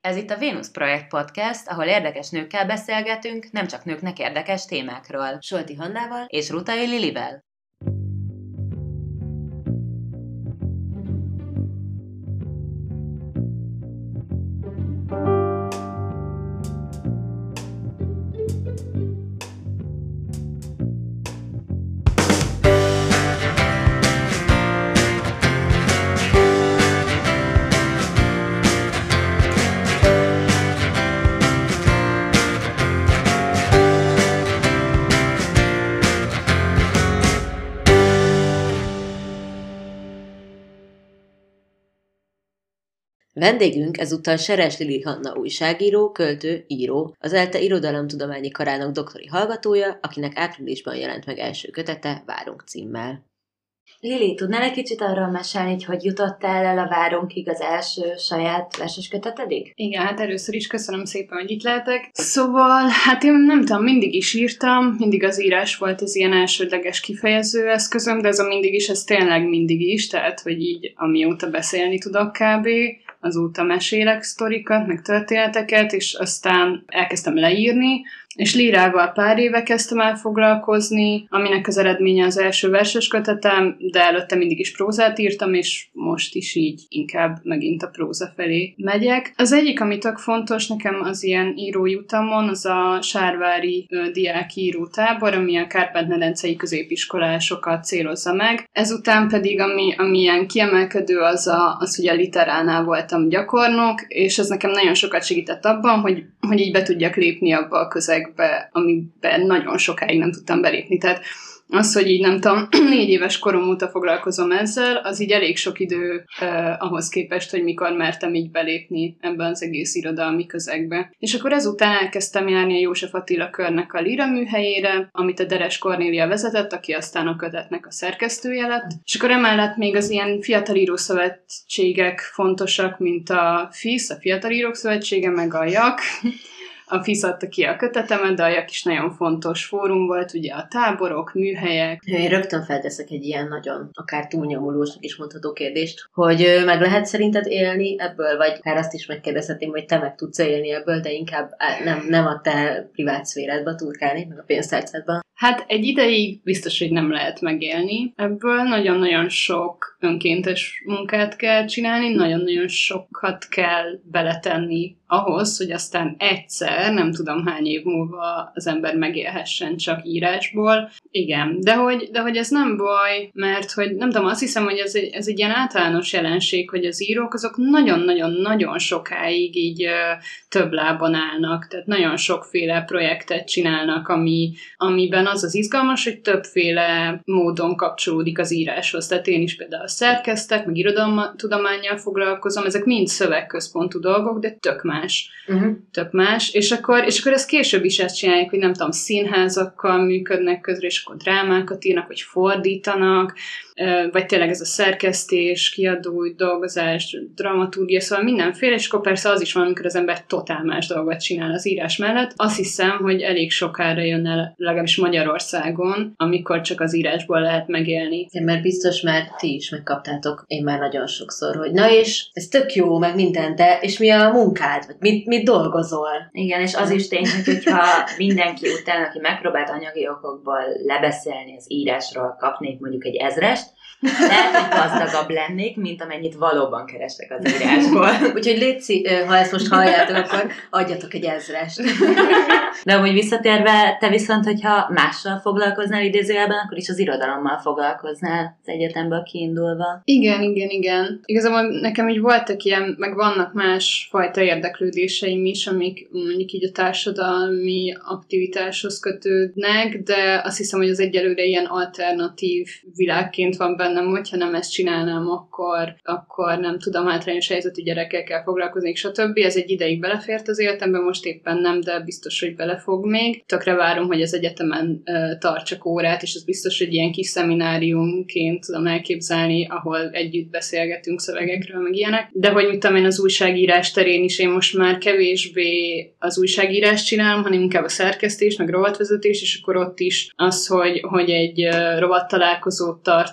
Ez itt a Vénusz Projekt Podcast, ahol érdekes nőkkel beszélgetünk, nem csak nőknek érdekes témákról. Solti Hannával és Rutai Lilivel. Vendégünk ezúttal Seres Lili Hanna újságíró, költő, író, az ELTE Irodalomtudományi Karának doktori hallgatója, akinek áprilisban jelent meg első kötete Várunk címmel. Lili, tudnál egy kicsit arról mesélni, hogy jutottál el a Várunkig az első saját verses kötetedig? Igen, hát először is köszönöm szépen, hogy itt lehetek. Szóval, hát én nem tudom, mindig is írtam, mindig az írás volt az ilyen elsődleges kifejező eszközöm, de ez a mindig is, ez tényleg mindig is, tehát, hogy így amióta beszélni tudok kb., azóta mesélek sztorikat, meg történeteket, és aztán elkezdtem leírni, és lírával pár éve kezdtem el foglalkozni, aminek az eredménye az első verses kötetem, de előtte mindig is prózát írtam, és most is így inkább megint a próza felé megyek. Az egyik, ami tök fontos nekem az ilyen írói utamon, az a sárvári diákíró tábor, ami a Kárpát-medencei középiskolásokat célozza meg. Ezután pedig, ami ilyen kiemelkedő, az, hogy a Literánál voltam gyakornok, és ez nekem nagyon sokat segített abban, hogy így be tudjak lépni abba a közegbe, amiben nagyon sokáig nem tudtam belépni. Tehát az, hogy így nem tudom, 4 éves korom óta foglalkozom ezzel, az így elég sok idő ahhoz képest, hogy mikor mertem így belépni ebben az egész irodalmi közegbe. És akkor ezután elkezdtem járni a József Attila körnek a Líra műhelyére, amit a Deres Kornélia vezetett, aki aztán a kötetnek a szerkesztője lett. És akkor emellett még az ilyen fiatalíró szövetségek fontosak, mint a FISZ, a Fiatalírók Szövetsége, meg a JAK. A FISZ adta ki a kötetemet, de a JAK is nagyon fontos fórum volt, ugye a táborok, műhelyek. Én rögtön felteszek egy ilyen nagyon, akár túlnyomulósnak is mondható kérdést, hogy meg lehet szerinted élni ebből, vagy akár azt is megkérdezhetném, hogy te meg tudsz élni ebből, de inkább nem a te privát szféradba turkálni, meg a pénztárcádban. Hát egy ideig biztos, hogy nem lehet megélni ebből. Nagyon-nagyon sok önkéntes munkát kell csinálni, nagyon-nagyon sokat kell beletenni ahhoz, hogy aztán egyszer, nem tudom hány év múlva az ember megélhessen csak írásból. Igen, de hogy ez nem baj, mert hogy nem tudom, azt hiszem, hogy ez egy ilyen általános jelenség, hogy az írók azok nagyon-nagyon-nagyon sokáig így több lábon állnak, tehát nagyon sokféle projektet csinálnak, amiben az az izgalmas, hogy többféle módon kapcsolódik az íráshoz. Tehát én is például szerkesztek, meg irodalomtudománnyal foglalkozom, ezek mind szövegközpontú dolgok, de tök más. És akkor ezt később is ezt csinálják, hogy nem tudom, színházakkal működnek közre, és akkor drámákat írnak, vagy fordítanak, vagy tényleg ez a szerkesztés, kiadói dolgozás, dramaturgia, szóval mindenféle, és akkor persze az is van, amikor az ember totál más dolgot csinál az írás mellett. Azt hiszem, hogy elég sokára jön el, legalábbis Magyarországon, amikor csak az írásból lehet megélni. Igen, mert biztos már ti is megkaptátok, én már nagyon sokszor, hogy na és ez tök jó, meg minden, de és mi a munkád? Vagy mit dolgozol? Igen, és az is tény, hogyha mindenki után, aki megpróbált anyagi okokból lebeszélni az írásról, kapnék mondjuk egy 1000-est, lehet, hogy gazdagabb lennék, mint amennyit valóban keresek az írásból. Úgyhogy létszi, ha ezt most halljátok, akkor adjatok egy 1000-est. De amúgy visszatérve, te viszont, hogyha mással foglalkoznál idézőjelben, akkor is az irodalommal foglalkoznál az egyetemből kiindulva. Igen. Igazából nekem így voltak ilyen, meg vannak másfajta érdeklődéseim is, amik mondjuk így a társadalmi aktivitáshoz kötődnek, de azt hiszem, hogy az egyelőre ilyen alternatív világként van bennem, hogyha nem ezt csinálnám, akkor nem tudom, hátrányos helyzetű gyerekekkel foglalkozni, stb. Ez egy ideig belefért az életembe, most éppen nem, de biztos, hogy bele fog még. Tökre várom, hogy az egyetemen tartsak órát, és ez biztos, hogy ilyen kis szemináriumként tudom elképzelni, ahol együtt beszélgetünk szövegekről, meg ilyenek. De hogy mit tudom én, az újságírás terén is én most már kevésbé az újságírást csinálom, hanem inkább a szerkesztés, meg rovatvezetés, és akkor ott is az, hogy egy rovattalálkozót tartani,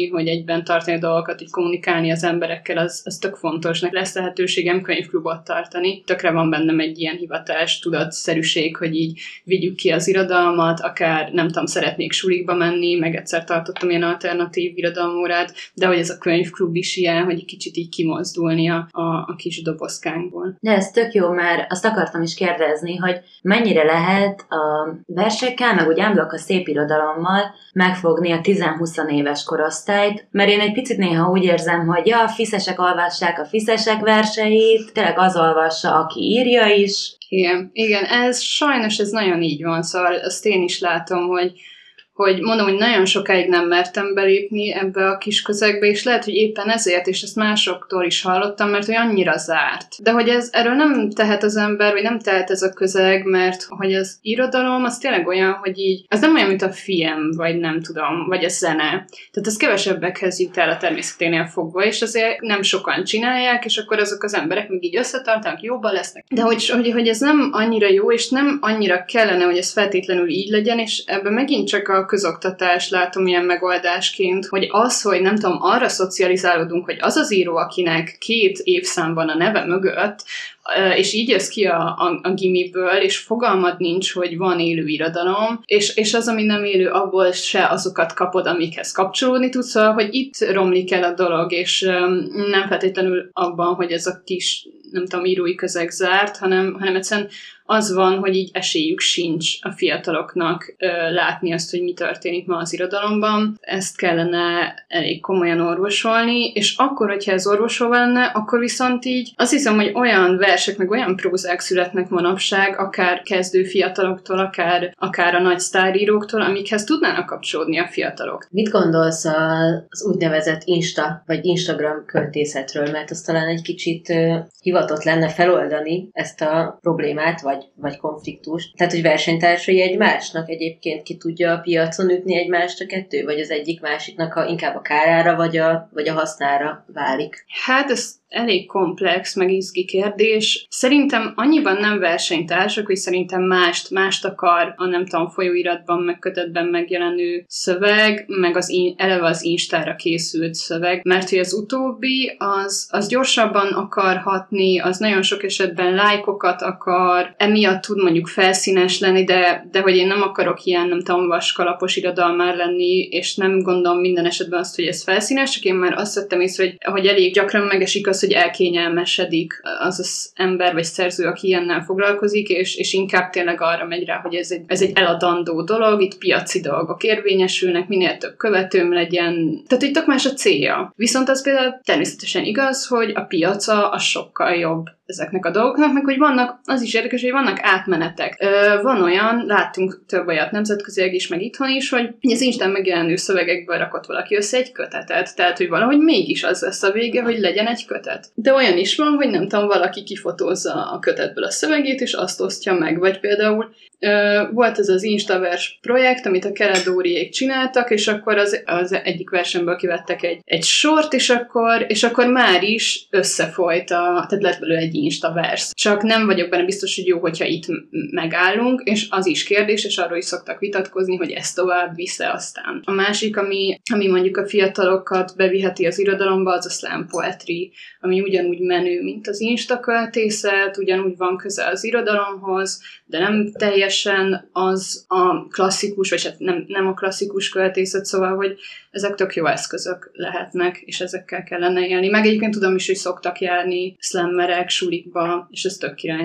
tanulni, hogy egyben tartani a dolgokat, így kommunikálni az emberekkel, az tök fontos. Lesz lehetőségem könyvklubot tartani. Tökre van bennem egy ilyen hivatás, tudatszerűség, hogy így vigyük ki az irodalmat, akár nem tudom, szeretnék sulikba menni, meg egyszer tartottam ilyen alternatív irodalmórát, de hogy ez a könyvklub is ilyen, hogy egy kicsit így kimozdulni a kis dobozkánkból. De ez tök jó, mert azt akartam is kérdezni, hogy mennyire lehet a versekkel, meg úgy ámblok a szép irodalommal megfogni a 10-20 éves korosztályt, mert én egy picit néha úgy érzem, hogy a fiszesek olvassák a fiszesek verseit, tényleg az olvassa, aki írja is. Igen, ez sajnos ez nagyon így van, szóval azt én is látom, hogy mondom, hogy nagyon sokáig nem mertem belépni ebbe a kis közegbe, és lehet, hogy éppen ezért, és ezt másoktól is hallottam, mert hogy annyira zárt. De hogy erről nem tehet az ember, vagy nem tehet ez a közeg, mert hogy az irodalom, az tényleg olyan, hogy így, az nem olyan, mint a film, vagy nem tudom, vagy a zene. Tehát ez kevesebbekhez jut el a természeténél fogva, és azért nem sokan csinálják, és akkor azok az emberek még így összetartanak, jobban lesznek. De hogy ez nem annyira jó, és nem annyira kellene, hogy ez feltétlenül így legyen, és ebben megint csak a közoktatás látom ilyen megoldásként, hogy az, hogy nem tudom, arra szocializálódunk, hogy az az író, akinek 2 évszám van a neve mögött, és így jössz ki a gimiből, és fogalmad nincs, hogy van élő irodalom, és az, ami nem élő, abból se azokat kapod, amikhez kapcsolódni tudsz, szóval, hogy itt romlik el a dolog, és nem feltétlenül abban, hogy ez a kis, nem tudom, írói közeg zárt, hanem egyszerűen az van, hogy így esélyük sincs a fiataloknak látni azt, hogy mi történik ma az irodalomban. Ezt kellene elég komolyan orvosolni, és akkor, hogyha ez orvosolva lenne, akkor viszont így azt hiszem, hogy olyan versek, meg olyan prózák születnek manapság, akár kezdő fiataloktól, akár a nagy sztáríróktól, amikhez tudnának kapcsolódni a fiatalok. Mit gondolsz az úgynevezett Insta vagy Instagram költészetről, mert az talán egy kicsit hivatott lenne feloldani ezt a problémát, vagy konfliktust. Tehát, hogy versenytársai egymásnak egyébként ki tudja a piacon ütni egymást a kettő, vagy az egyik másiknak inkább a kárára, vagy a hasznára válik? Hát ez elég komplex, meg izgi kérdés. Szerintem annyiban nem versenytársak, hogy szerintem mást akar a nem tudom, folyóiratban, meg kötetben megjelenő szöveg, meg eleve az Instára készült szöveg, mert hogy az utóbbi, az gyorsabban akar hatni, az nagyon sok esetben lájkokat akar, emiatt tud mondjuk felszínes lenni, de hogy én nem akarok ilyen, nem tudom, vaskalapos irodalmár lenni, és nem gondolom minden esetben azt, hogy ez felszínes, csak én már azt vettem észre, hogy elég gyakran megesik az, hogy elkényelmesedik az ember vagy szerző, aki ilyennel foglalkozik, és inkább tényleg arra megy rá, hogy ez egy eladandó dolog, itt piaci dolgok érvényesülnek, minél több követőm legyen. Tehát, hogy tök más a célja. Viszont az például természetesen igaz, hogy a piaca az sokkal jobb ezeknek a dolgoknak, meg hogy vannak, az is érdekes, hogy vannak átmenetek. Van olyan, láttunk több olyat nemzetközileg is, meg itthon is, hogy az Instán megjelenő szövegekből rakott valaki össze egy kötetet, tehát, hogy valahogy mégis az lesz a vége, hogy legyen egy kötet. De olyan is van, hogy nem tudom, valaki kifotózza a kötetből a szövegét, és azt osztja meg, vagy például volt ez az Instavers projekt, amit a Keredóriék csináltak, és akkor az egyik versenből kivettek egy sort, és akkor már is összefolyt, tehát lett belőle egy Instavers. Csak nem vagyok benne biztos, hogy jó, hogyha itt megállunk, és az is kérdés, és arról is szoktak vitatkozni, hogy ezt tovább visze aztán. A másik, ami mondjuk a fiatalokat beviheti az irodalomba, az a slam poetry, ami ugyanúgy menő, mint az instaköltészet, ugyanúgy van köze az irodalomhoz, de nem teljesen az a klasszikus, vagy hát nem a klasszikus költészet, szóval, hogy ezek tök jó eszközök lehetnek, és ezekkel kellene élni. Meg egyébként tudom is, hogy szoktak járni slammerek, sulikba, és ez tök király.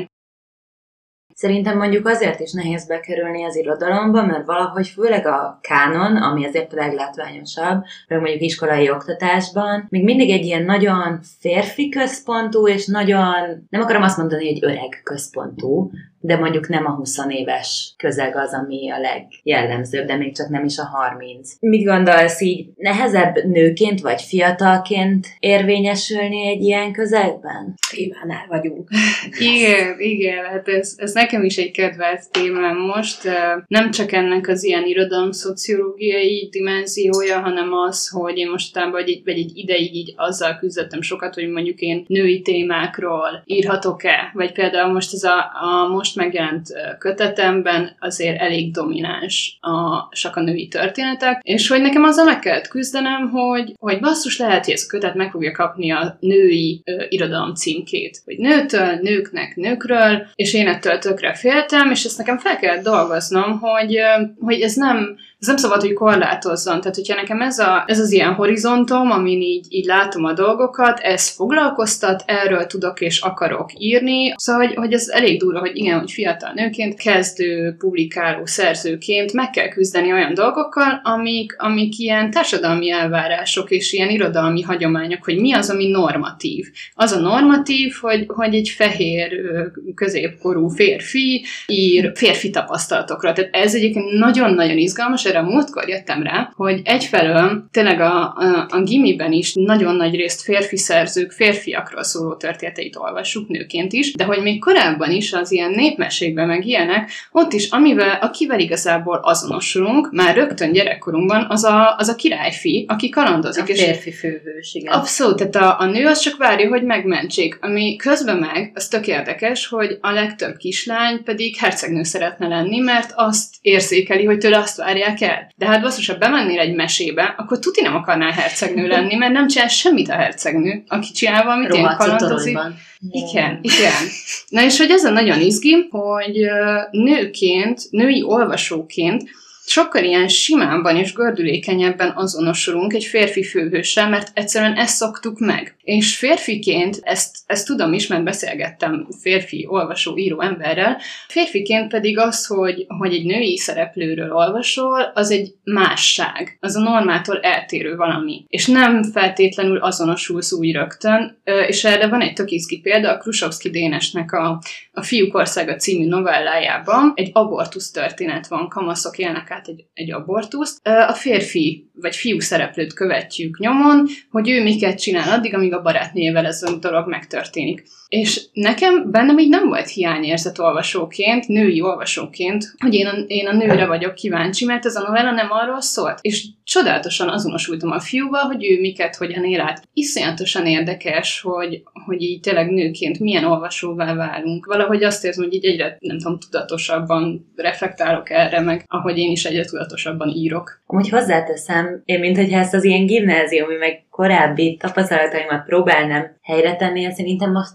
Szerintem mondjuk azért is nehéz bekerülni az irodalomba, mert valahogy főleg a kánon, ami azért a leglátványosabb, vagy mondjuk iskolai oktatásban, még mindig egy ilyen nagyon férfi központú, és nagyon, nem akarom azt mondani, hogy öreg központú, de mondjuk nem a 20 éves közeg az, ami a legjellemzőbb, de még csak nem is a 30. Mit gondolsz, így nehezebb nőként vagy fiatalként érvényesülni egy ilyen közegben? Ivánál vagyunk. Igen, hát ez nekem is egy kedvelt témám most. Nem csak ennek az ilyen irodalom-szociológiai dimenziója, hanem az, hogy én mostanában egy ideig így azzal küzdöttem sokat, hogy mondjuk én női témákról írhatok-e, vagy például most ez a most megjelent kötetemben azért elég domináns a női történetek, és hogy nekem azzal meg kellett küzdenem, hogy basszus, lehet, hogy ez a kötet meg fogja kapni a női irodalom címkét, hogy nőtől, nőknek, nőkről, és én ettől tökre féltem, és ezt nekem fel kellett dolgoznom, hogy ez nem szabad, hogy korlátozzon. Tehát, hogyha nekem ez az ilyen horizontom, amin így látom a dolgokat, ez foglalkoztat, erről tudok és akarok írni. Szóval, hogy ez elég durva, hogy igen, hogy fiatal nőként, kezdő, publikáló szerzőként meg kell küzdeni olyan dolgokkal, amik ilyen társadalmi elvárások és ilyen irodalmi hagyományok, hogy mi az, ami normatív. Az a normatív, hogy egy fehér, középkorú férfi ír férfi tapasztalatokra. Tehát ez egyébként nagyon-nagyon izgalmas, erre a múltkor jöttem rá, hogy egyfelől tényleg a gimiben is nagyon nagy részt férfi szerzők, férfiakról szóló történeteit olvassuk nőként is, de hogy még korábban is az ilyen népmesékben meg ilyenek, ott is akivel igazából azonosulunk, már rögtön gyerekkorunkban, az a királyfi, aki kalandozik. A férfi főhős, igen. Abszolút, tehát a nő az csak várja, hogy megmentsék. Ami közben meg, az tök érdekes, hogy a legtöbb kislány pedig hercegnő szeretne lenni, mert azt érzékeli, hogy tőle azt várják el. De hát basszus, ha bemennél egy mesébe, akkor tuti nem akarnál hercegnő lenni, mert nem csinál semmit a hercegnő, aki csinál valamit, ilyen kalandozik. Igen. Na és hogy ezen nagyon izgi, hogy nőként, női olvasóként sokkal ilyen simábban és gördülékenyebben azonosulunk egy férfi főhőssel, mert egyszerűen ezt szoktuk meg. És férfiként, ezt tudom is, mert beszélgettem férfi olvasó, író emberrel, férfiként pedig az, hogy egy női szereplőről olvasol, az egy másság. Az a normától eltérő valami. És nem feltétlenül azonosulsz úgy rögtön, és erre van egy tök izgi példa, a Krusovszky Dénesnek a Fiúk országa című novellájában egy abortusz történet van, kamaszok élnek át egy abortuszt. A férfi vagy fiú szereplőt követjük nyomon, hogy ő miket csinál addig, amíg a barátnőjével ez a dolog megtörténik. És bennem így nem volt hiányérzet olvasóként, női olvasóként, hogy én a nőre vagyok kíváncsi, mert ez a novella nem arról szólt. És csodálatosan azonosultam a fiúval, hogy ő miket, hogyan él át. Iszonyatosan érdekes, hogy így tényleg nőként milyen olvasóvá válunk. Valahogy azt érzem, hogy így egyre, nem tudom, tudatosabban reflektálok erre, meg ahogy én is egyre tudatosabban írok. Amúgy hozzáteszem, én minthogyha ezt az ilyen gimnáziumi, meg korábbi tapasztalataimat próbálnám helyre tenni, szerintem most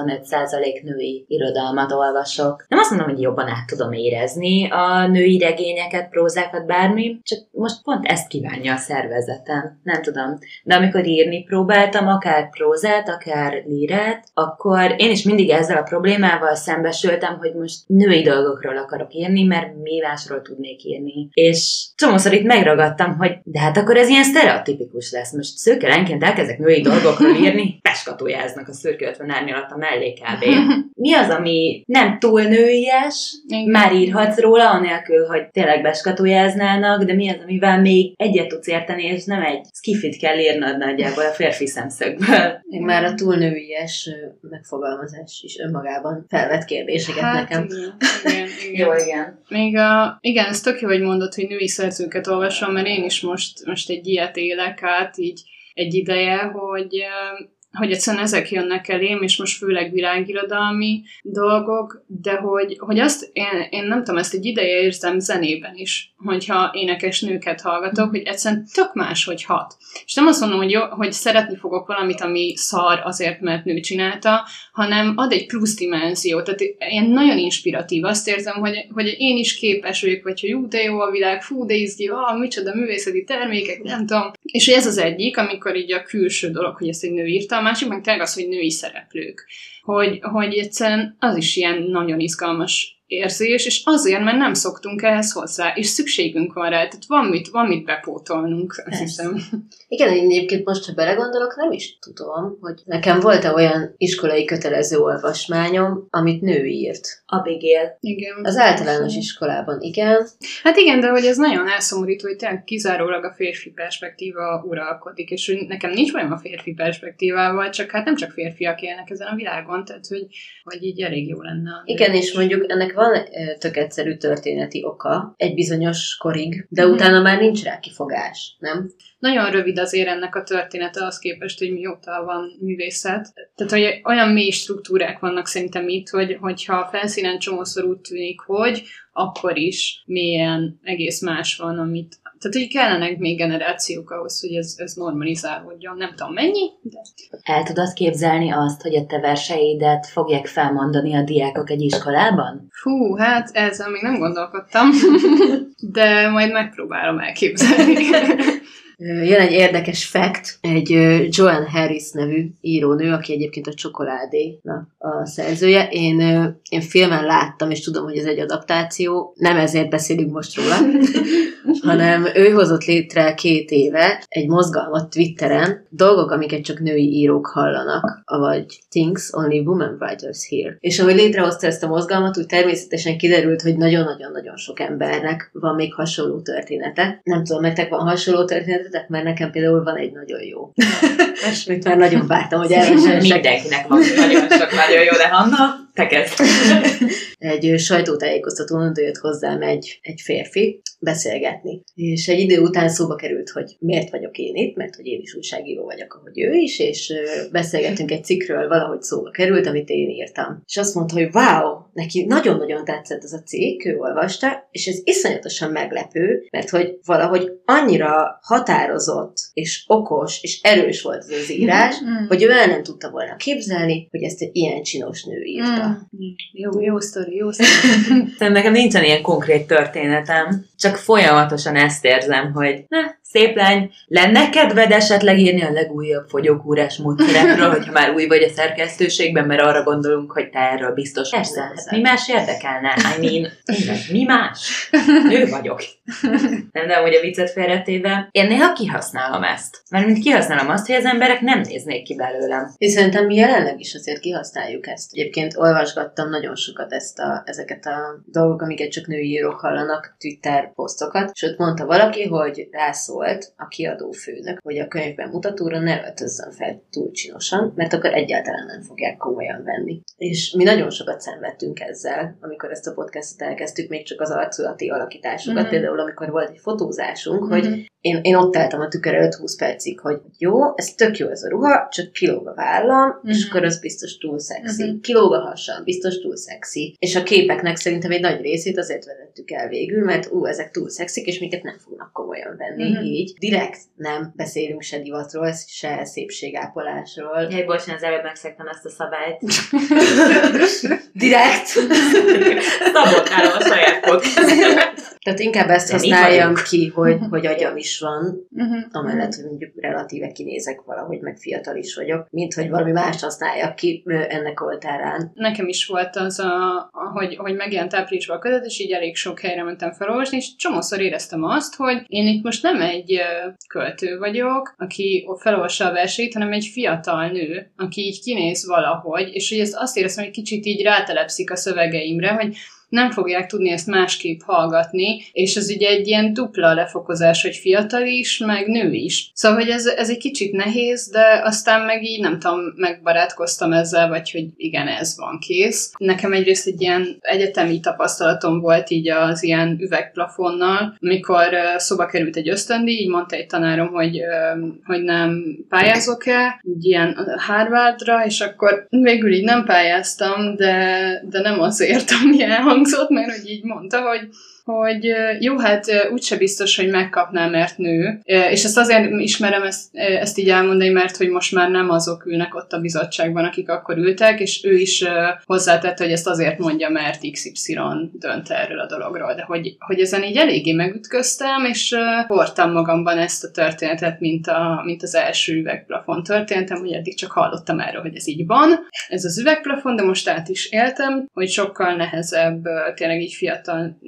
85% női irodalmat olvasok. Nem azt mondom, hogy jobban át tudom érezni a női regényeket, prózákat, bármi, csak most pont ezt kívánja a szervezetem. Nem tudom. De amikor írni próbáltam, akár prózát, akár lírát, akkor én is mindig ezzel a problémával szembesültem, hogy most női dolgokról akarok írni, mert mi másról tudnék írni. És csomószor itt megragadtam, hogy de hát akkor ez ilyen sztereotipikus lesz. Most szőkelenként elkezdek női dolgokról írni, peskatójáznak a szürke 50 árnyalat mellé kb. Mi az, ami nem túl nőies, már írhatsz róla, anélkül, hogy tényleg beskatójáznának, de mi az, amivel még egyet tudsz érteni, és nem egy skifit kell írnod nagyjából a férfi szemszögből. Még már a túl nőies megfogalmazás is önmagában felvet kérdéseket nekem. Igen. Jó, igen. Még igen, ez tök jó, hogy mondod, hogy női szerzőket olvasom, mert én is most egy ilyet élek át, így egy ideje, hogy egyszerűen ezek jönnek elém, és most főleg világirodalmi dolgok, de hogy azt én nem tudom, ezt egy ideje érzem zenében is, hogyha énekes nőket hallgatok, hogy egyszerűen tök más, hogy hat. És nem azt mondom, hogy szeretni fogok valamit, ami szar azért, mert nő csinálta, hanem ad egy plusz dimenziót. Tehát én nagyon inspiratív. Azt érzem, hogy én is képes vagyok, vagy hogy de jó a világ, fú, de izgi, micsoda művészeti termékek, nem tudom. És ez az egyik, amikor így a külső dolog, hogy ezt egy nő írta, a másik meg tényleg az, hogy női szereplők. Hogy egyszerűen az is ilyen nagyon izgalmas érzés, és azért, mert nem szoktunk ehhez hozzá, és szükségünk van rá, tehát van mit bepótolnunk, azt hiszem. Igen, én egyébként most, ha belegondolok, nem is tudom, hogy nekem volt-e olyan iskolai kötelező olvasmányom, amit nő írt. Abigail. Igen. Az általános iskolában, igen. Hát igen, de hogy ez nagyon elszomorító, hogy tényleg kizárólag a férfi perspektíva uralkodik, és hogy nekem nincs olyan a férfi perspektívával, csak hát nem csak férfiak élnek ezen a világon, van, tehát hogy így elég jó lenne. Igen, és mondjuk ennek van tök egyszerű történeti oka egy bizonyos korig, de utána már nincs rá kifogás, nem? Nagyon rövid azért ennek a története az képest, hogy mióta van művészet. Tehát, hogy olyan mély struktúrák vannak szerintem itt, hogyha a felszínen csomószor úgy tűnik, hogy akkor is mélyen egész más van, amit... Tehát, hogy kellenek még generációk ahhoz, hogy ez normalizálódjon. Nem tudom mennyi, de... El tudod képzelni azt, hogy a te verseidet fogják felmondani a diákok egy iskolában? Fú, hát ezzel még nem gondolkodtam, de majd megpróbálom elképzelni. Jön egy érdekes fact, egy Joanne Harris nevű írónő, aki egyébként a Csokoládénak a szerzője. Én filmen láttam, és tudom, hogy ez egy adaptáció, nem ezért beszélünk most róla, hanem ő hozott létre 2 éve egy mozgalmat Twitteren, dolgok, amiket csak női írók hallanak, avagy Things Only Women Writers Hear. És ahogy létrehozta ezt a mozgalmat, úgy természetesen kiderült, hogy nagyon-nagyon-nagyon sok embernek van még hasonló története. Nem tudom, nektek van hasonló történetetek, mert nekem például van egy nagyon jó. Mit már nagyon vártam, hogy elmesélsek. Mindenkinek van nagyon sok nagyon jó, de Hanna, te kezd. Egy sajtótájékoztatón jött hozzám egy férfi beszélgetni. És egy idő után szóba került, hogy miért vagyok én itt, mert hogy én is újságíró vagyok, ahogy ő is, és beszélgettünk egy cikkről, valahogy szóba került, amit én írtam. És azt mondta, hogy wow, neki nagyon-nagyon tetszett ez a cikk, ő olvasta, és ez iszonyatosan meglepő, mert hogy valahogy annyira határozott, és okos, és erős volt az írás, hogy ő el nem tudta volna képzelni, hogy ezt egy ilyen csinos nő írta. Jó sztori. Szerintem nekem nincsen ilyen konkrét történetem, csak folyamatosan ezt érzem, hogy szép lány, lenne kedved esetleg írni a legújabb fogyókúrás módszerekről, hogyha már új vagy a szerkesztőségben, mert arra gondolunk, hogy te erről biztos. Persze, hát mi más érdekelne? Mi más? Nő vagyok. Nem, de amúgy a viccet félretéve, én néha kihasználom ezt. Mert kihasználom azt, hogy az emberek nem néznék ki belőlem. És szerintem mi jelenleg is azért kihasználjuk ezt. Egyébként olvasgattam nagyon sokat ezeket a dolgok, amiket csak női írók hallanak, Twitter posztokat, és ott mondta valaki, hogy rászólt a kiadófőnök, hogy a könyvben mutatóra ne öltözzön fel túl csinosan, mert akkor egyáltalán nem fogják komolyan venni. És mi nagyon sokat szenvedtünk ezzel, amikor ezt a podcastot elkezdtük, még csak az arculati alakításokat, például amikor volt egy fotózásunk, hogy én ott álltam a tükör előtt 20 percig, hogy jó, ez tök jó ez a ruha, csak kilóg a vállam, és akkor az biztos túl szexi. Kilóg a hasam, biztos túl szexi. És a képeknek szerintem egy nagy részét azért vezettük el végül, mert ezek túl szexik, és minket nem fognak komolyan venni. Így direkt nem beszélünk se divatról, se szépségápolásról. Jaj, bocsánat, az előbb megszegtem ezt a szabályt. Direkt! Szabotálom a saját podcast. Tehát inkább ezt használjam ki, hogy agyam is van, amellett, hogy mondjuk relatíve kinézek valahogy, meg fiatal is vagyok, mint hogy valami mást használjak ki ennek oltárán. Nekem is volt az, hogy megjelent áprilisban a kötet, és így elég sok helyre mentem felolvasni, és csomószor éreztem azt, hogy én itt most nem egy költő vagyok, aki felolvassa a versét, hanem egy fiatal nő, aki így kinéz valahogy, és hogy ezt azt éreztem, hogy kicsit így rátelepszik a szövegeimre, hogy nem fogják tudni ezt másképp hallgatni, és ez ugye egy ilyen dupla lefokozás, hogy fiatal is, meg nő is. Szóval, hogy ez egy kicsit nehéz, de aztán meg így nem tudom, megbarátkoztam ezzel, vagy hogy igen, ez van, kész. Nekem egyrészt egy ilyen egyetemi tapasztalatom volt így az ilyen üvegplafonnal, amikor szóba került egy ösztöndíj, így mondta egy tanárom, hogy nem pályázok-e, így ilyen Harvardra, és akkor végül így nem pályáztam, de nem azért, ami elhangzott, mert hogy így mondta, hogy jó, hát úgyse biztos, hogy megkapnám, mert nő. És ezt azért ismerem ezt így elmondani, mert hogy most már nem azok ülnek ott a bizottságban, akik akkor ültek, és ő is hozzátette, hogy ezt azért mondja, mert XY dönt erről a dologról. De hogy ezen így eléggé megütköztem, és hordtam magamban ezt a történetet, mint az első üvegplafon történetem, hogy eddig csak hallottam erről, hogy ez így van. Ez az üvegplafon, de most át is éltem, hogy sokkal nehezebb tényleg így fiatal nőként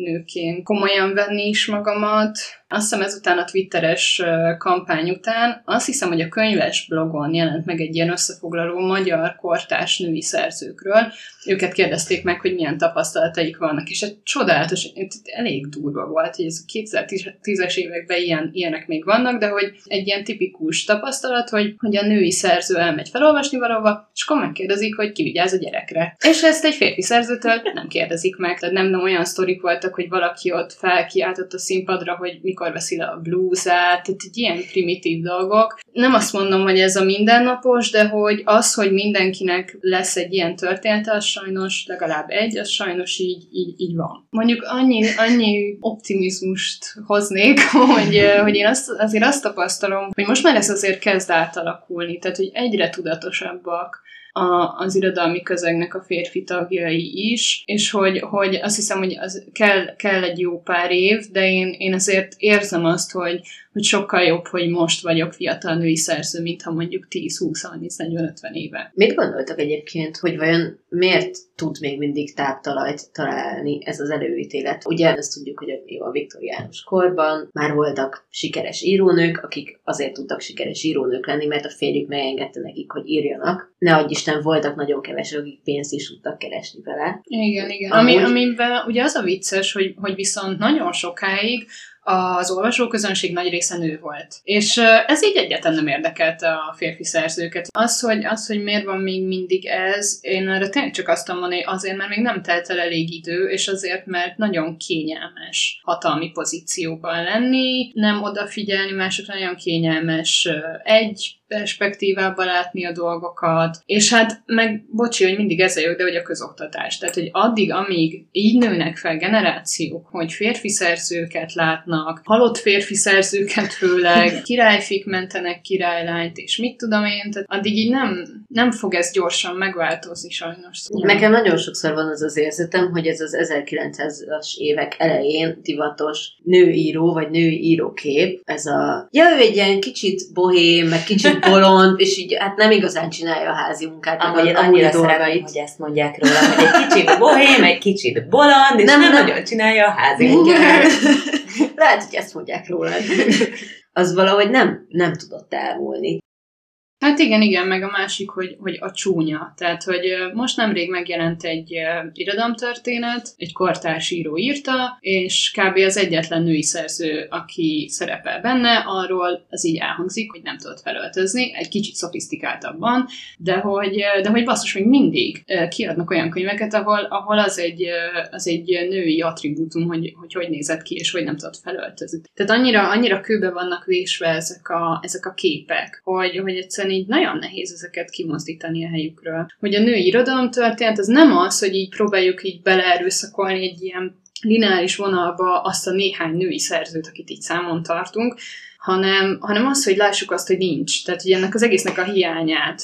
én komolyan venni is magamat. Azt hiszem ezután a twitteres kampány után, azt hiszem, hogy a könyves blogon jelent meg egy ilyen összefoglaló magyar kortárs női szerzőkről. Őket kérdezték meg, hogy milyen tapasztalataik vannak, és egy csodálatos, elég durva volt, hogy ez a 2010-es években ilyenek még vannak, de hogy egy ilyen tipikus tapasztalat, hogy a női szerző elmegy felolvasni valahova, és akkor megkérdezik, hogy ki vigyáz a gyerekre. És ezt egy férfi szerzőtől nem kérdezik meg. Tehát nem olyan sztorik voltak, hogy valaki ott felkiáltott a színpadra, hogy mikor veszi le a blúzát, tehát ilyen primitív dolgok. Nem azt mondom, hogy ez a mindennapos, de hogy az, hogy mindenkinek lesz egy ilyen története, az sajnos legalább egy, az sajnos így van. Mondjuk annyi optimizmust hoznék, hogy én azért azt tapasztalom, hogy most már ez azért kezd átalakulni, tehát hogy egyre tudatosabbak az irodalmi közegnek a férfi tagjai is, és hogy azt hiszem, hogy az kell egy jó pár év, de én azért érzem azt, hogy sokkal jobb, hogy most vagyok fiatal női szerző, mint ha mondjuk 10-20-30-40-50 éve. Mit gondoltak egyébként, hogy vajon miért tud még mindig táptalajt találni ez az előítélet? Ugye ezt tudjuk, hogy a viktoriánus korban már voltak sikeres írónők, akik azért tudtak sikeres írónők lenni, mert a férjük megengedte nekik, hogy írjanak. Ne adj Isten, voltak nagyon kevesek, akik pénzt is tudtak keresni vele. Igen. Amiben ugye az a vicces, hogy viszont nagyon sokáig az olvasóközönség nagy része nő volt. És ez így egyáltalán nem érdekelte a férfi szerzőket. Az, hogy miért van még mindig ez, én erre tényleg csak azt tudom mondani, azért, mert még nem telt el elég idő, és azért, mert nagyon kényelmes hatalmi pozícióban lenni, nem odafigyelni másokra, nagyon kényelmes egy perspektívában látni a dolgokat, és hát meg, bocsi, hogy mindig ezzel jövök, de hogy a közoktatás. Tehát, hogy addig, amíg így nőnek fel generációk, hogy férfi szerzőket látnak, halott férfi szerzőket főleg, királyfik mentenek királylányt, és mit tudom én, tehát addig így nem fog ez gyorsan megváltozni sajnos. Szóval. Nekem nagyon sokszor van az érzetem, hogy ez az 1900-as évek elején divatos nőíró, vagy női írókép, ez ő egy ilyen kicsit bohém, meg kicsit bolond, és így hát nem igazán csinálja a házi munkát. Amúgy én annyira szeretném, hogy ezt mondják róla, hogy egy kicsit bohém, egy kicsit bolond, és nem nagyon csinálja a házi munkát. Lehet, hogy ezt mondják róla. Az valahogy nem tudott elmúlni. Hát igen, meg a másik, hogy a csúnya. Tehát, hogy most nemrég megjelent egy irodalomtörténet, egy kortárs író írta, és kb. Az egyetlen női szerző, aki szerepel benne, arról az így elhangzik, hogy nem tudott felöltözni, egy kicsit szofisztikáltabban, de hogy basszus, még mindig kiadnak olyan könyveket, ahol az egy női attribútum, hogy nézett ki, és hogy nem tudott felöltözni. Tehát annyira kőbe vannak vésve ezek a képek, hogy egyszerűen így nagyon nehéz ezeket kimozdítani a helyükről. Hogy a női irodalomtörténet az nem az, hogy így próbáljuk így beleerőszakolni egy ilyen lineáris vonalba azt a néhány női szerzőt, akit így számon tartunk, hanem az, hogy lássuk azt, hogy nincs. Tehát, hogy ennek az egésznek a hiányát,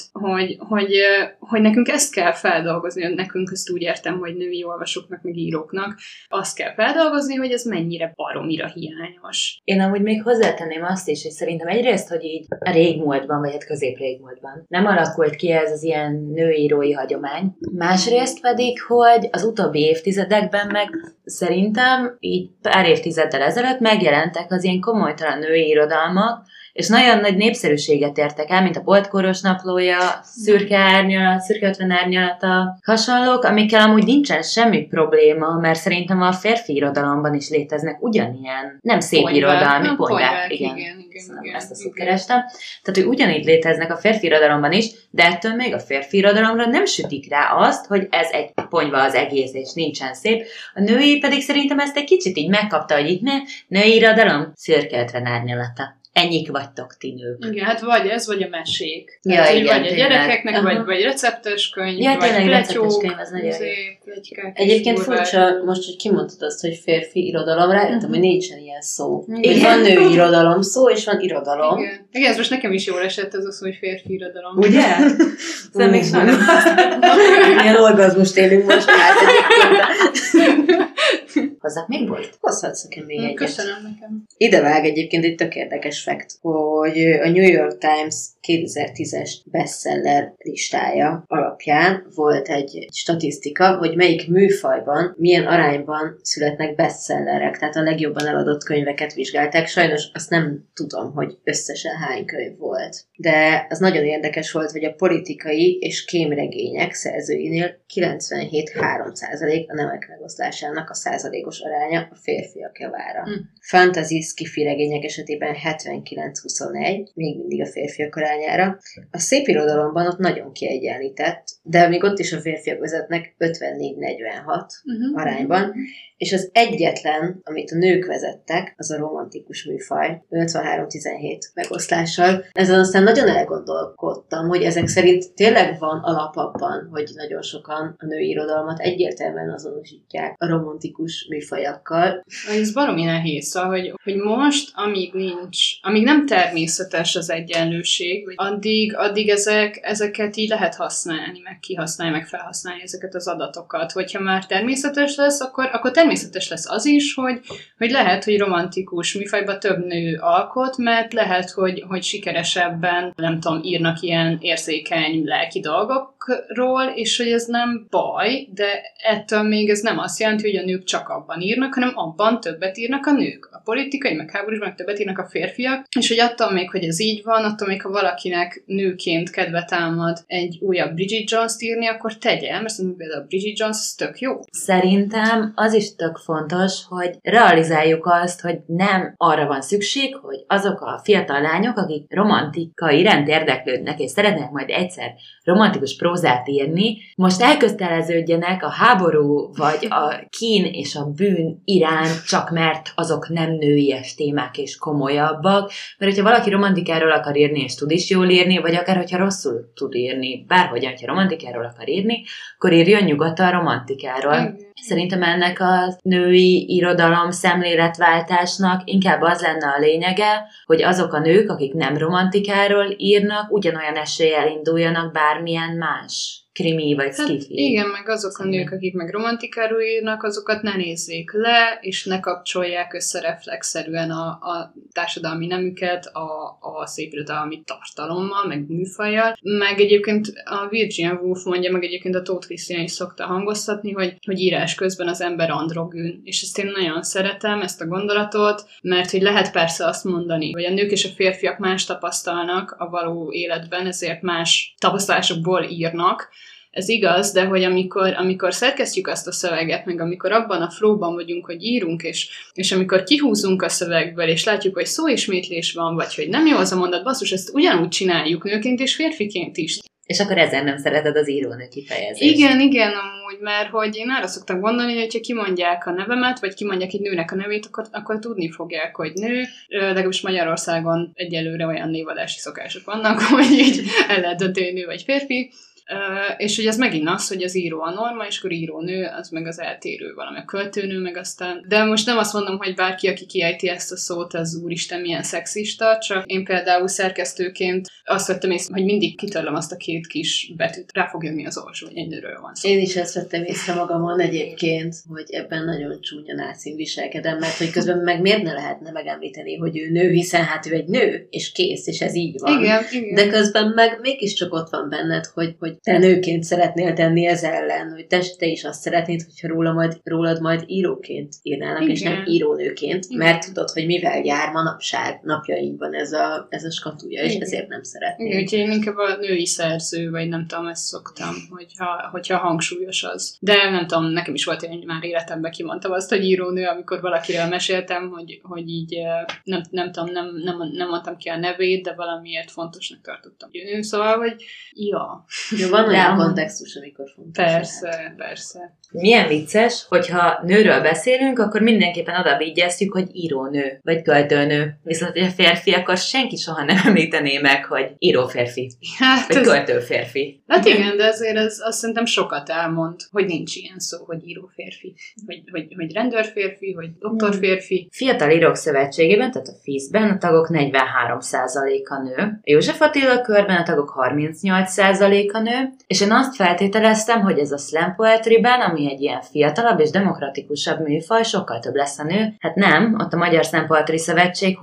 hogy nekünk ezt kell feldolgozni, nekünk ezt úgy értem, hogy női olvasóknak, meg íróknak, azt kell feldolgozni, hogy ez mennyire baromira hiányos. Én amúgy még hozzátenném azt is, hogy szerintem egyrészt, hogy így a régmúltban, vagy hát közép-régmúltban nem alakult ki ez az ilyen nőírói hagyomány. Másrészt pedig, hogy az utóbbi évtizedekben meg szerintem így pár évtizeddel ezelőtt megjelentek az ilyen komolytalan női irodalmak, és nagyon nagy népszerűséget értek el, mint a Boltkóros naplója, Szürke árnyalat, Szürke 50 árnyalata, hasonlók, amikkel amúgy nincsen semmi probléma, mert szerintem a férfi irodalomban is léteznek ugyanilyen, nem szép irodalmi ponyvák, igen, ezt a szót kerestem. Tehát, hogy ugyanígy léteznek a férfi irodalomban is, de ettől még a férfi irodalomra nem sütik rá azt, hogy ez egy ponyva az egész, és nincsen szép. A női pedig szerintem ezt egy kicsit így megkapta, hogy itt női irodalom, Szürke 50 árnyalata. Ennyik vagytok ti nők. Igen, hát vagy ez, vagy a mesék. Tehát, igen, vagy a gyerekeknek, vagy receptes könyv, vagy pletyók, egyébként furcsa, most, hogy kimondtad azt, hogy férfi irodalom, rájöttem, hogy nincsen ilyen szó. Hogy van női irodalom szó, és van irodalom. Igen, ez most nekem is jól esett ez a szó, hogy férfi irodalom. Ugye? Szóval még sajnos. Milyen orgazmust élünk most már egyébként. Hozzak még bolyt? Hozhatsz nekem még egyet. Köszönöm nekem. Idevág egyébként egy tök érdekes fact, hogy a New York Times 2010-es bestseller listája alapján volt egy statisztika, hogy melyik műfajban, milyen arányban születnek bestsellerek, tehát a legjobban eladott könyveket vizsgálták. Sajnos azt nem tudom, hogy összesen hány könyv volt. De az nagyon érdekes volt, hogy a politikai és kémregények szerzőinél 97,3% a nemek megoszlásának a százalékos aránya a férfiak javára. Fantasy sci-fi regények esetében 79-21, még mindig a férfiak arányára. A szépirodalomban ott nagyon kiegyenlített, de még ott is a férfiak vezetnek 54-46 arányban, és az egyetlen, amit a nők vezettek, az a romantikus műfaj, 53-17 megoszlással. Ezen aztán nagyon elgondolkodtam, hogy ezek szerint tényleg van alap abban, hogy nagyon sokan a női irodalmat egyértelműen azonosítják a romantikus műfajakkal. Ez baromi nehéz, szóval, hogy most, amíg nem természetes az egyenlőség, addig ezeket így lehet használni, meg kihasználni, meg felhasználni ezeket az adatokat. Hogyha már természetes lesz, akkor természetes lesz az is, hogy lehet, hogy romantikus műfajban több nő alkot, mert lehet, hogy sikeresebben, nem tudom, írnak ilyen érzékeny lelki dolgokról, és hogy ez nem baj, de ettől még ez nem azt jelenti, hogy a nők csak abban írnak, hanem abban többet írnak a nők. A politikai, meg háborúsban többet írnak a férfiak, és hogy attól még, hogy ez így van, attól még, ha valakinek nőként kedve támad egy újabb Bridget Jones-t írni, akkor tegye, mert szerintem például a Bridget Jones az tök jó. Szerintem az is tök fontos, hogy realizáljuk azt, hogy nem arra van szükség, hogy azok a fiatal lányok, akik romantika iránt érdeklődnek, és szeretnek majd egyszer romantikus prózát írni, most elköteleződjenek a háború, vagy a kín és a bűn iránt, csak mert azok nem nőies témák és komolyabbak, mert hogyha valaki romantikáról akar írni, és tud is jól írni, vagy akár hogyha rosszul tud írni, bárhogyan, hogyha romantikáról akar írni, akkor írjon nyugodtan romantikáról. Szerintem ennek a női irodalom szemléletváltásnak inkább az lenne a lényege, hogy azok a nők, akik nem romantikáról írnak, ugyanolyan eséllyel induljanak bármilyen más krimi vagy skifi. Igen, meg azok a nők, akik meg romantikáról írnak, azokat ne nézzék le, és ne kapcsolják össze reflexzerűen a társadalmi nemüket a szépirodalmi tartalommal, meg műfajjal. Meg egyébként a Virginia Woolf mondja, meg egyébként a Tóth Krisztián is szokta hangoztatni, hogy írás közben az ember androgyn. És ezt én nagyon szeretem, ezt a gondolatot, mert hogy lehet persze azt mondani, hogy a nők és a férfiak más tapasztalnak a való életben, ezért más tapasztalásokból írnak. Ez igaz, de hogy amikor szerkesztjük azt a szöveget, meg amikor abban a flowban vagyunk, hogy írunk, és amikor kihúzunk a szövegből, és látjuk, hogy szóismétlés van, vagy hogy nem jó az a mondat, basszus, ezt ugyanúgy csináljuk nőként és férfiként is. És akkor ezzel nem szereted az írónő kifejezést. Igen, amúgy, mert hogy én arra szoktam gondolni, hogy ha kimondják a nevemet, vagy kimondják egy nőnek a nevét, akkor tudni fogják, hogy nő. Legalábbis Magyarországon egyelőre olyan névadási szokások vannak, hogy így el lehet dönteni, nő vagy férfi. És hogy ez megint az, hogy az író a norma, és akkor írónő, az meg az eltérő valami, a költőnő, meg aztán... De most nem azt mondom, hogy bárki, aki kiejti ezt a szót, az úristen milyen szexista, csak én például szerkesztőként azt vettem észre, hogy mindig kitörlöm azt a két kis betűt, rá fog jönni az olvasó, hogy egy nőről van szó. Én is ezt vettem észre magamon egyébként, hogy ebben nagyon csúnya nácin viselkedem, mert hogy közben meg miért ne lehetne megemlíteni, hogy ő nő, hiszen hát ő egy nő, és kész, és ez így van. Igen. De közben meg mégiscsak ott van benned, hogy te nőként szeretnél tenni ez ellen, hogy te is azt szeretnéd, hogyha rólad majd íróként írnának, igen. És nem írónőként, igen. Mert tudod, hogy mivel jár manapság napjainkban ez a skatúja, és igen. Ezért nem szeretnéd. Igen, úgyhogy én inkább a női szerző, vagy nem tudom, ezt szoktam, hogyha hangsúlyos az. De nem tudom, nekem is volt, hogy már életemben kimondtam azt, hogy írónő, amikor valakiről meséltem, hogy így nem tudom, nem mondtam ki a nevét, de valamiért fontosnak tartottam. Szóval, hogy Jó, van olyan kontextus, amikor fontos. Persze. Milyen vicces, hogyha nőről beszélünk, akkor mindenképpen oda vigyáztük, hogy írónő, vagy költőnő. Viszont, hogy a férfi, akkor senki soha nem említené meg, hogy íróférfi, vagy költőférfi. Hát igen, de azért azt szerintem sokat elmond, hogy nincs ilyen szó, hogy íróférfi, hogy rendőrférfi, vagy doktorférfi. Fiatal Írók Szövetségében, tehát a FISZ-ben a tagok 43%-a nő. A József Attila körben a tagok 38%-a nő, nő, és én azt feltételeztem, hogy ez a slam poetryben, ami egy ilyen fiatalabb és demokratikusabb műfaj, sokkal több lesz a nő. Hát nem, ott a Magyar Slam Poetry Szövetség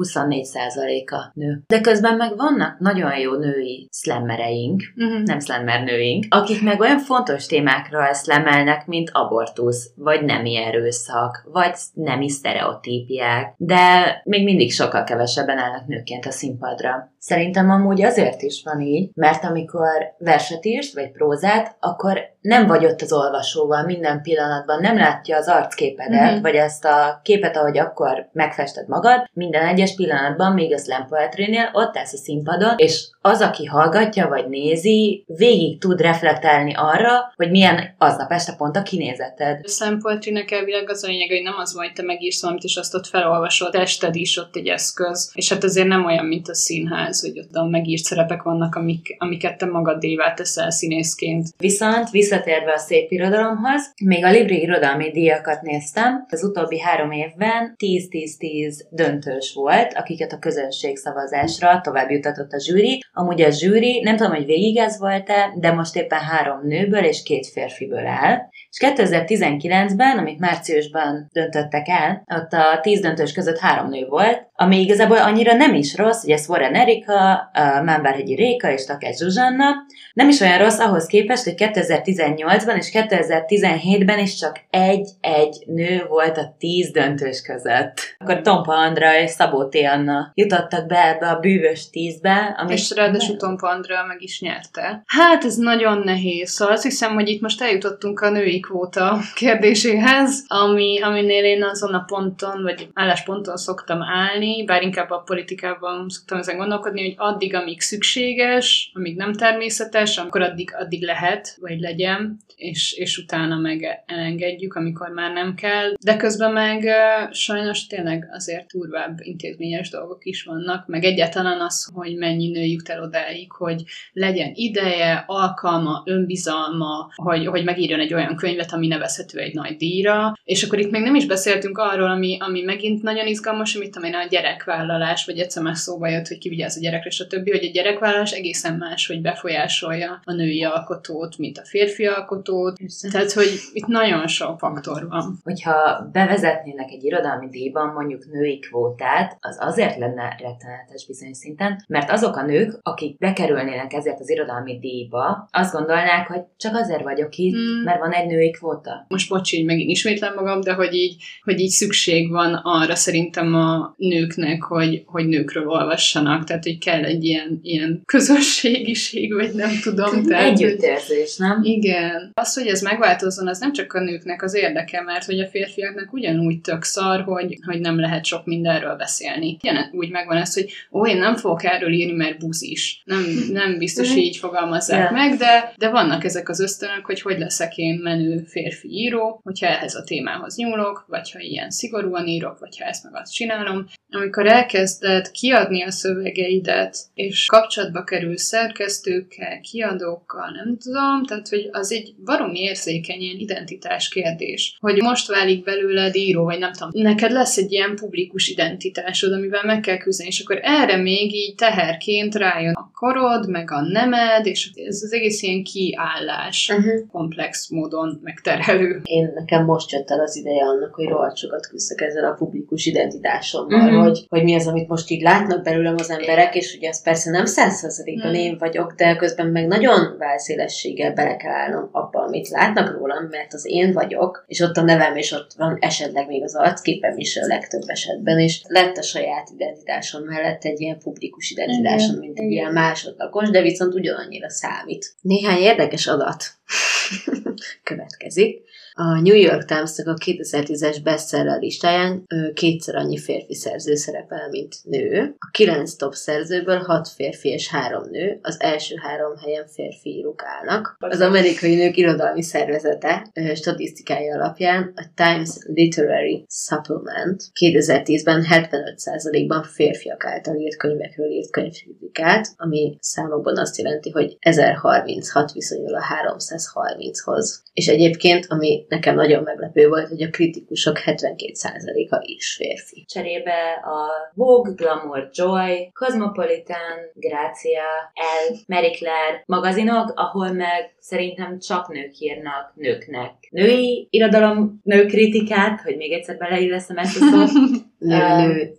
24%-a nő. De közben meg vannak nagyon jó női slammereink, nem slammer nőink, akik meg olyan fontos témákra slammelnek, mint abortusz, vagy nemi erőszak, vagy nemi sztereotípiák, de még mindig sokkal kevesebben állnak nőként a színpadra. Szerintem amúgy azért is van így, mert amikor verset írsz, vagy prózát, akkor nem vagy ott az olvasóval minden pillanatban, nem látja az arcképedet, vagy ezt a képet, ahogy akkor megfested magad, minden egyes pillanatban, még a slam poetrynél ott állsz a színpadon, és az, aki hallgatja, vagy nézi, végig tud reflektálni arra, hogy milyen aznap este pont a kinézeted. A slam poetrynek elvileg az a lényeg, hogy nem az van, hogy te megírsz valamit, és azt ott felolvasod, tested is ott egy eszköz, és hát azért nem olyan, mint a színház, hogy ott a megírt szerepek vannak, amiket te magadévá teszel színészként. Viszont visszatérve a szép irodalomhoz, még a Libri irodalmi díjakat néztem. Az utóbbi 3 évben 10-10-10 döntős volt, akiket a közönség szavazásra tovább jutatott a zsűri. Amúgy a zsűri, nem tudom, hogy végig ez volt-e, de most éppen 3 nőből és 2 férfiből áll. És 2019-ben, amit márciusban döntöttek el, ott a 10 döntős között 3 nő volt, ami igazából annyira nem is rossz, ugye Szvoren Erika, Mámbárhegyi Réka és Takács Zsuzsanna. Nem is olyan rossz ahhoz képest, hogy 2018-ban és 2017-ben is csak egy nő volt a 10 döntős között. Akkor Tompa Andra és Szabó T. Anna jutottak be ebbe a bűvös 10-be. És ráadásul Tompa Andra meg is nyerte. Hát ez nagyon nehéz. Szóval azt hiszem, hogy itt most eljutottunk a női kvóta kérdéséhez, aminél én azon a ponton, vagy állásponton szoktam állni, bár inkább a politikában szoktam ezen gondolkodni, hogy addig, amíg szükséges, amíg nem természetes, akkor addig lehet, vagy legyen, és utána meg elengedjük, amikor már nem kell. De közben meg sajnos tényleg azért durvább intézményes dolgok is vannak, meg egyáltalán az, hogy mennyi nő jut el odáig, hogy legyen ideje, alkalma, önbizalma, hogy megírjon egy olyan könyvet, ami nevezhető egy nagy díjra. És akkor itt még nem is beszéltünk arról, ami megint nagyon izgalmas, amit a gyerekvállalás, vagy egyszer már szóba jött, hogy ki vigyáz a gyerekre, stb., hogy a gyerekvállalás egészen más, hogy befolyásolja a női alkotót, mint a férfi alkotót. Tehát, hogy itt nagyon sok faktor van. Hogyha bevezetnének egy irodalmi díjban mondjuk női kvótát, az azért lenne rettenetes bizonyos szinten, mert azok a nők, akik bekerülnének ezért az irodalmi díjba, azt gondolnák, hogy csak azért vagyok itt, mert van egy női kvóta. Most bocs, így megint ismétlem magam, de hogy így szükség van arra szerintem a nőknek, hogy nőkről olvassanak, tehát hogy kell egy ilyen közösségiség, vagy nem tudom. Együttérzés, nem? Igen. Az, hogy ez megváltozzon, az nem csak a nőknek az érdeke, mert hogy a férfiaknak ugyanúgy tök szar, hogy nem lehet sok mindenről beszélni. Úgy megvan ez, hogy én nem fogok erről írni, mert buzis. Nem biztos így fogalmazzák meg, de vannak ezek az ösztönök, hogy leszek én menő férfi író, hogyha ehhez a témához nyúlok, vagy ha ilyen szigorúan írok, vagy ha ezt meg azt csinálom. Amikor elkezded kiadni a szövegeidet, és kapcsolatba kerül szerkesztőkkel, kiadókkal, nem tudom, tehát hogy az egy baromi érzékeny ilyen identitás kérdés, hogy most válik belőled író, vagy nem tudom, neked lesz egy ilyen publikus identitásod, amivel meg kell küzdeni, és akkor erre még így teherként rájön a korod, meg a nemed, és ez az egész ilyen kiállás komplex módon megterhelő. Nekem most jött el az ideje annak, hogy rohadt sokat küzdök ezzel a publikus identitásommal, hogy mi az, amit most így látnak belőlem az emberek, és ugye ez persze nem 100%-ban én vagyok, de közben meg nagyon válszélességgel bele kell állnom abba, amit látnak rólam, mert az én vagyok, és ott a nevem, és ott van esetleg még az arcképem is a legtöbb esetben, és lett a saját identitásom mellett egy ilyen publikus identitásom, mint egy ilyen másodlagos, de viszont ugyanannyira számít. Néhány érdekes adat következik. A New York Times-nak a 2010-es bestseller listáján 2-szer annyi férfi szerző szerepel, mint nő. A 9 top szerzőből 6 férfi és 3 nő, az első 3 helyen férfi írók állnak. Az Amerikai Nők Irodalmi Szervezete statisztikája alapján a Times Literary Supplement 2010-ben 75%-ban férfiak által írt könyvekről írt könyvkritikát, ami számokban azt jelenti, hogy 1036 viszonyul a 330-hoz. És egyébként, ami ami nekem nagyon meglepő volt, hogy a kritikusok 72%-a is férfi. Cserébe a Vogue, Glamour, Joy, Cosmopolitan, Grazia, Elle, Marie Claire magazinok, ahol meg szerintem csak nők írnak nőknek női irodalom, nőkritikát, hogy még egyszer beleilleszem ezt a szót. Nő.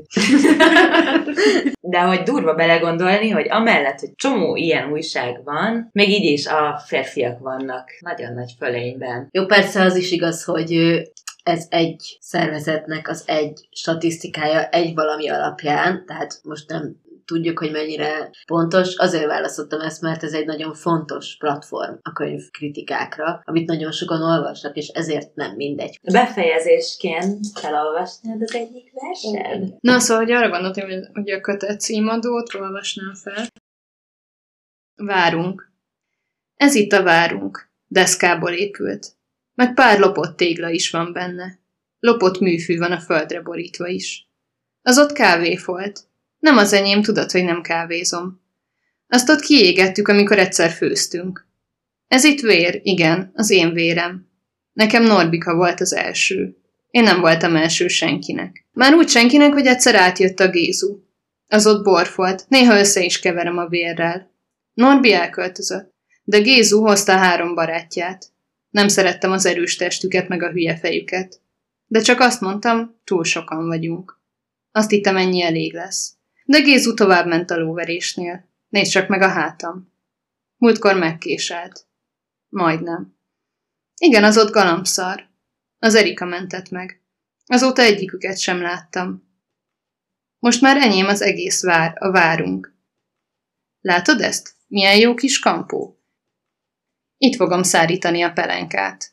De hogy durva belegondolni, hogy amellett, hogy csomó ilyen újság van, még így is a férfiak vannak nagyon nagy fölényben. Jó, persze az is igaz, hogy ez egy szervezetnek az egy statisztikája egy valami alapján, tehát most nem tudjuk, hogy mennyire pontos. Azért választottam ezt, mert ez egy nagyon fontos platform a könyvkritikákra, amit nagyon sokan olvasnak, és ezért nem mindegy. Befejezésként felolvasnád az egyik verset? Na, szóval, hogy arra gondoltam, hogy a kötet címadót olvasnám fel. Várunk. Ez itt a várunk. Deszkából épült. Meg pár lopott tégla is van benne. Lopott műfű van a földre borítva is. Az ott kávéfolt. Nem az enyém, tudod, hogy nem kávézom. Azt ott kiégettük, amikor egyszer főztünk. Ez itt vér, igen, az én vérem. Nekem Norbika volt az első. Én nem voltam első senkinek. Már úgy senkinek, hogy egyszer átjött a Gézu. Az ott borfolt, néha össze is keverem a vérrel. Norbi elköltözött, de Gézu hozta 3 barátját. Nem szerettem az erős testüket meg a hülye fejüket. De csak azt mondtam, túl sokan vagyunk. Azt hittem, ennyi elég lesz. De Gézu tovább ment a lóverésnél. Nézd csak meg a hátam. Múltkor megkéselt. Majdnem. Igen, az ott galambszar. Az Erika mentett meg. Azóta egyiküket sem láttam. Most már enyém az egész a várunk. Látod ezt? Milyen jó kis kampó? Itt fogom szárítani a pelenkát.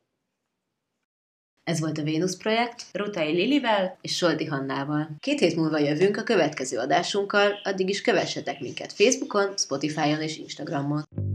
Ez volt a Vénusz Projekt, Rutai Lilivel és Solti Hannával. 2 hét múlva jövünk a következő adásunkkal, addig is kövessetek minket Facebookon, Spotify-on és Instagramon.